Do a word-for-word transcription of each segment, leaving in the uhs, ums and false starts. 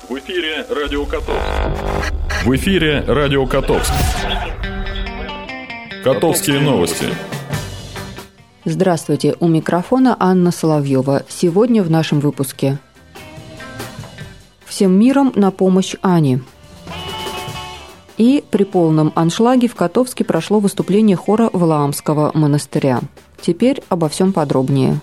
В эфире Радио Котовск. В эфире Радио Котовск. Котовские новости. Здравствуйте, у микрофона Анна Соловьева. Сегодня в нашем выпуске. Всем миром на помощь Ане. И при полном аншлаге в Котовске прошло выступление хора Валаамского монастыря. Теперь обо всем подробнее.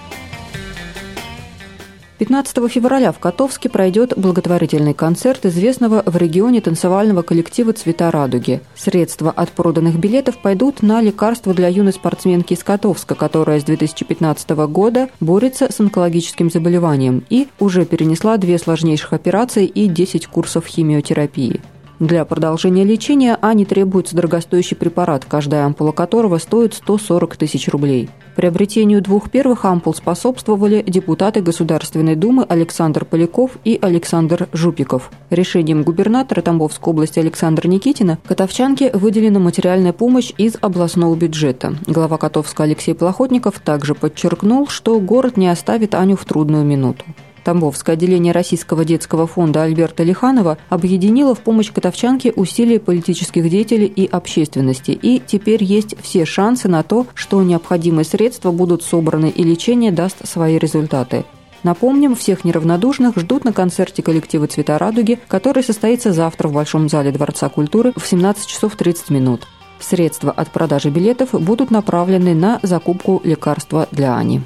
пятнадцатого февраля в Котовске пройдет благотворительный концерт известного в регионе танцевального коллектива «Цвета радуги». Средства от проданных билетов пойдут на лекарства для юной спортсменки из Котовска, которая с две тысячи пятнадцатого года борется с онкологическим заболеванием и уже перенесла две сложнейших операции и десять курсов химиотерапии. Для продолжения лечения Ане требуется дорогостоящий препарат, каждая ампула которого стоит сто сорок тысяч рублей. Приобретению двух первых ампул способствовали депутаты Государственной Думы Александр Поляков и Александр Жупиков. Решением губернатора Тамбовской области Александра Никитина котовчанке выделена материальная помощь из областного бюджета. Глава Котовска Алексей Плохотников также подчеркнул, что город не оставит Аню в трудную минуту. Тамбовское отделение Российского детского фонда Альберта Лиханова объединило в помощь котовчанке усилия политических деятелей и общественности, и теперь есть все шансы на то, что необходимые средства будут собраны и лечение даст свои результаты. Напомним, всех неравнодушных ждут на концерте коллектива «Цвета радуги», который состоится завтра в Большом зале Дворца культуры в семнадцать часов тридцать минут. Средства от продажи билетов будут направлены на закупку лекарства для Ани.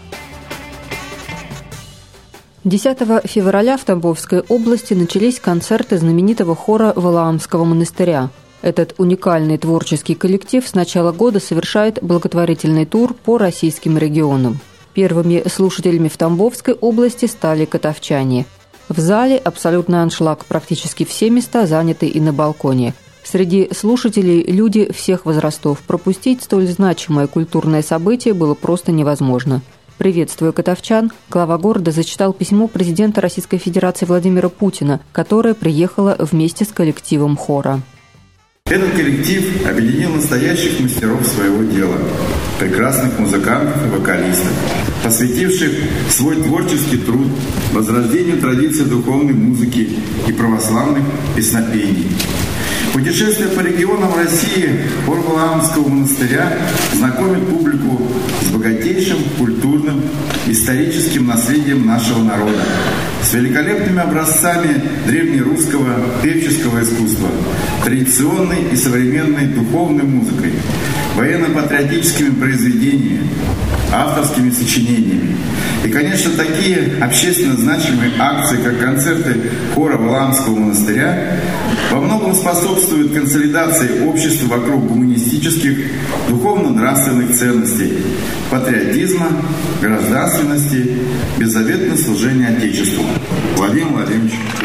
десятого февраля в Тамбовской области начались концерты знаменитого хора Валаамского монастыря. Этот уникальный творческий коллектив с начала года совершает благотворительный тур по российским регионам. Первыми слушателями в Тамбовской области стали котовчане. В зале абсолютный аншлаг, практически все места заняты и на балконе. Среди слушателей люди всех возрастов. Пропустить столь значимое культурное событие было просто невозможно. Приветствуя котовчан, глава города зачитал письмо президента Российской Федерации Владимира Путина, которое приехало вместе с коллективом хора. Этот коллектив объединил настоящих мастеров своего дела, прекрасных музыкантов и вокалистов, посвятивших свой творческий труд возрождению традиций духовной музыки и православных песнопений. Путешествие по регионам России хор Валаамского монастыря знакомит публику с богатейшим культурным, историческим наследием нашего народа, с великолепными образцами древнерусского певческого искусства, традиционной и современной духовной музыкой, военно-патриотическими произведениями, авторскими сочинениями. И, конечно, такие общественно значимые акции, как концерты хора Валаамского монастыря, во многом способствуют консолидации общества вокруг гуманистических, духовно-нравственных ценностей, патриотизма, гражданственности, беззаветного служения Отечеству. Владимир Владимирович Путин.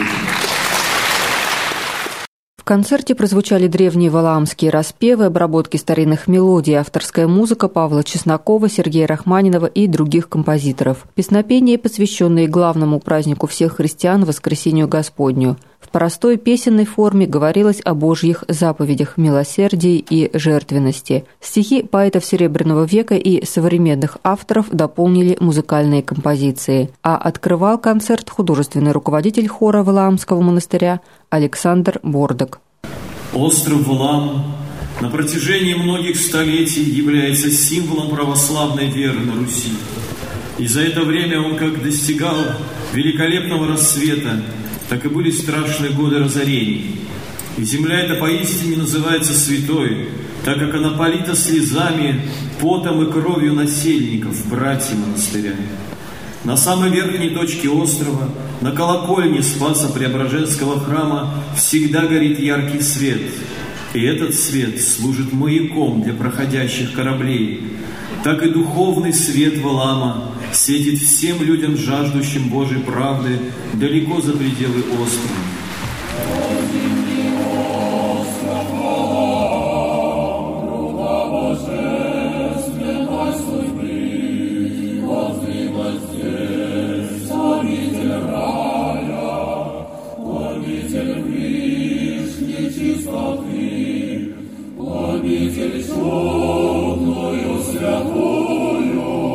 В концерте прозвучали древние валаамские распевы, обработки старинных мелодий, авторская музыка Павла Чеснокова, Сергея Рахманинова и других композиторов. Песнопения, посвященные главному празднику всех христиан – Воскресению Господню. В простой песенной форме говорилось о Божьих заповедях, милосердии и жертвенности. Стихи поэтов Серебряного века и современных авторов дополнили музыкальные композиции. А открывал концерт художественный руководитель хора Валаамского монастыря Александр Бордок. Остров Валаам на протяжении многих столетий является символом православной веры на Руси. И за это время он как достигал великолепного рассвета, так и были страшные годы разорений. И земля эта поистине называется святой, так как она полита слезами, потом и кровью насельников, братьев монастыря. На самой верхней точке острова, на колокольне Спаса Преображенского храма, всегда горит яркий свет. И этот свет служит маяком для проходящих кораблей. Так и духовный свет Валаама светит всем людям, жаждущим Божьей правды, далеко за пределы острова.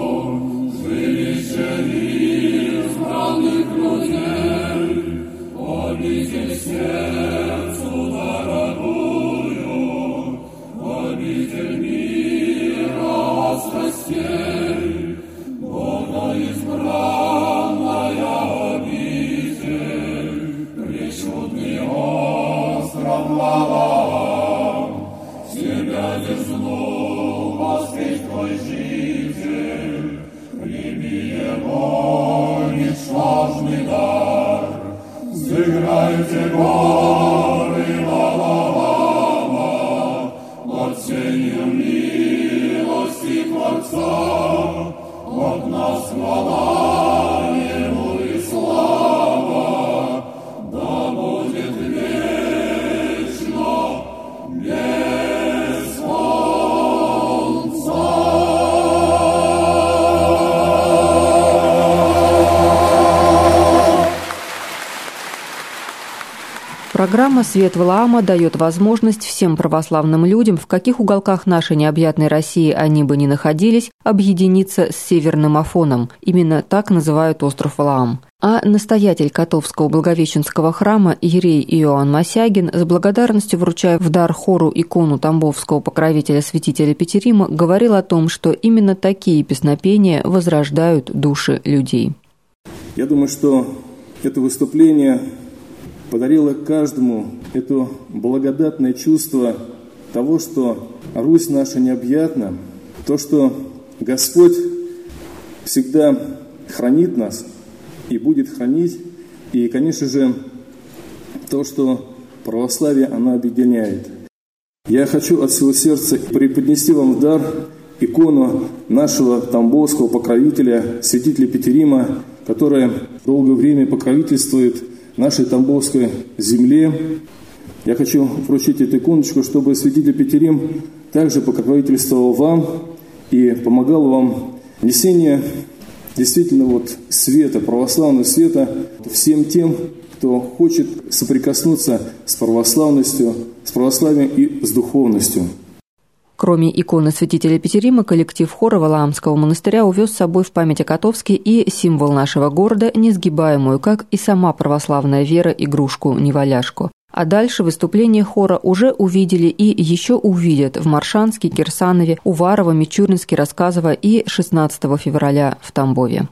Избранных людей, Программа «Свет Валаама» дает возможность всем православным людям, в каких уголках нашей необъятной России они бы ни находились, объединиться с Северным Афоном. Именно так называют остров Валаам. А настоятель Котовского Благовещенского храма иерей Иоанн Мосягин, с благодарностью вручая в дар хору икону тамбовского покровителя-святителя Петерима, говорил о том, что именно такие песнопения возрождают души людей. Я думаю, что это выступление подарила каждому это благодатное чувство того, что Русь наша необъятна, то, что Господь всегда хранит нас и будет хранить, и, конечно же, то, что православие оно объединяет. Я хочу от всего сердца преподнести вам в дар икону нашего тамбовского покровителя, святителя Петерима, которая долгое время покровительствует нашей тамбовской земле. Я хочу вручить эту иконочку, чтобы святитель Петерим также покровительствовал вам и помогал вам в несении действительно вот света, православного света всем тем, кто хочет соприкоснуться с православностью, с православием и с духовностью. Кроме иконы святителя Петерима, коллектив хора Валаамского монастыря увез с собой в память о Котовске и символ нашего города, несгибаемую, как и сама православная вера, игрушку-неваляшку. А дальше выступления хора уже увидели и еще увидят в Маршанске, Кирсанове, Уварово, Мичуринске, Рассказово и шестнадцатого февраля в Тамбове.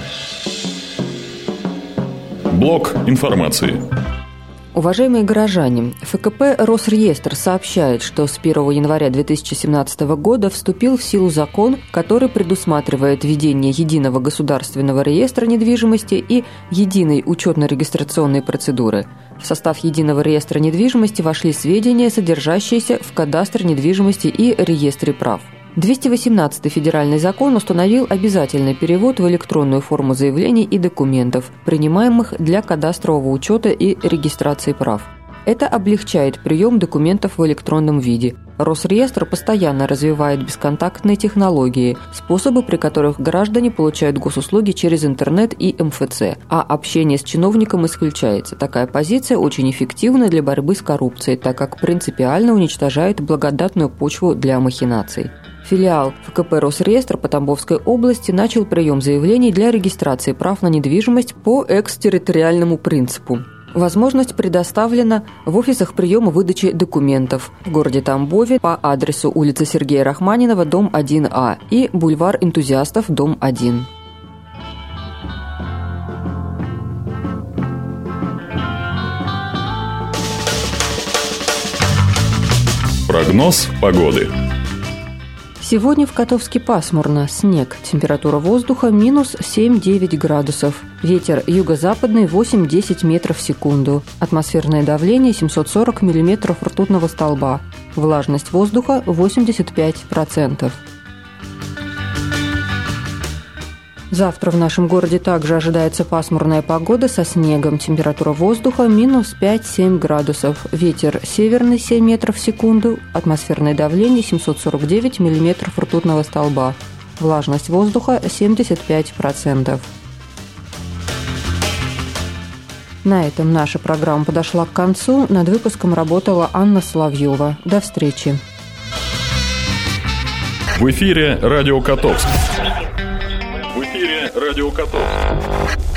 Блок информации. Уважаемые горожане, ФКП «Росреестр» сообщает, что с первого января две тысячи семнадцатого года вступил в силу закон, который предусматривает введение единого государственного реестра недвижимости и единой учетно-регистрационной процедуры. В состав единого реестра недвижимости вошли сведения, содержащиеся в кадастре недвижимости и реестре прав. двести восемнадцатый федеральный закон установил обязательный перевод в электронную форму заявлений и документов, принимаемых для кадастрового учета и регистрации прав. Это облегчает прием документов в электронном виде. Росреестр постоянно развивает бесконтактные технологии, способы, при которых граждане получают госуслуги через интернет и эм эф цэ, а общение с чиновником исключается. Такая позиция очень эффективна для борьбы с коррупцией, так как принципиально уничтожает благодатную почву для махинаций. Филиал ФКП «Росреестр» по Тамбовской области начал прием заявлений для регистрации прав на недвижимость по экстерриториальному принципу. Возможность предоставлена в офисах приема выдачи документов в городе Тамбове по адресу улица Сергея Рахманинова, дом один А и бульвар Энтузиастов, дом один. Прогноз погоды. Сегодня в Котовске пасмурно, снег, температура воздуха минус семь-девять градусов, ветер юго-западный восемь-десять метров в секунду, атмосферное давление семьсот сорок миллиметров ртутного столба, влажность воздуха восемьдесят пять процентов. Завтра в нашем городе также ожидается пасмурная погода со снегом. Температура воздуха минус пять-семь градусов. Ветер северный семь метров в секунду. Атмосферное давление семьсот сорок девять миллиметров ртутного столба. Влажность воздуха семьдесят пять процентов. На этом наша программа подошла к концу. Над выпуском работала Анна Соловьева. До встречи. В эфире радио Котовск. В эфире радио Котовск.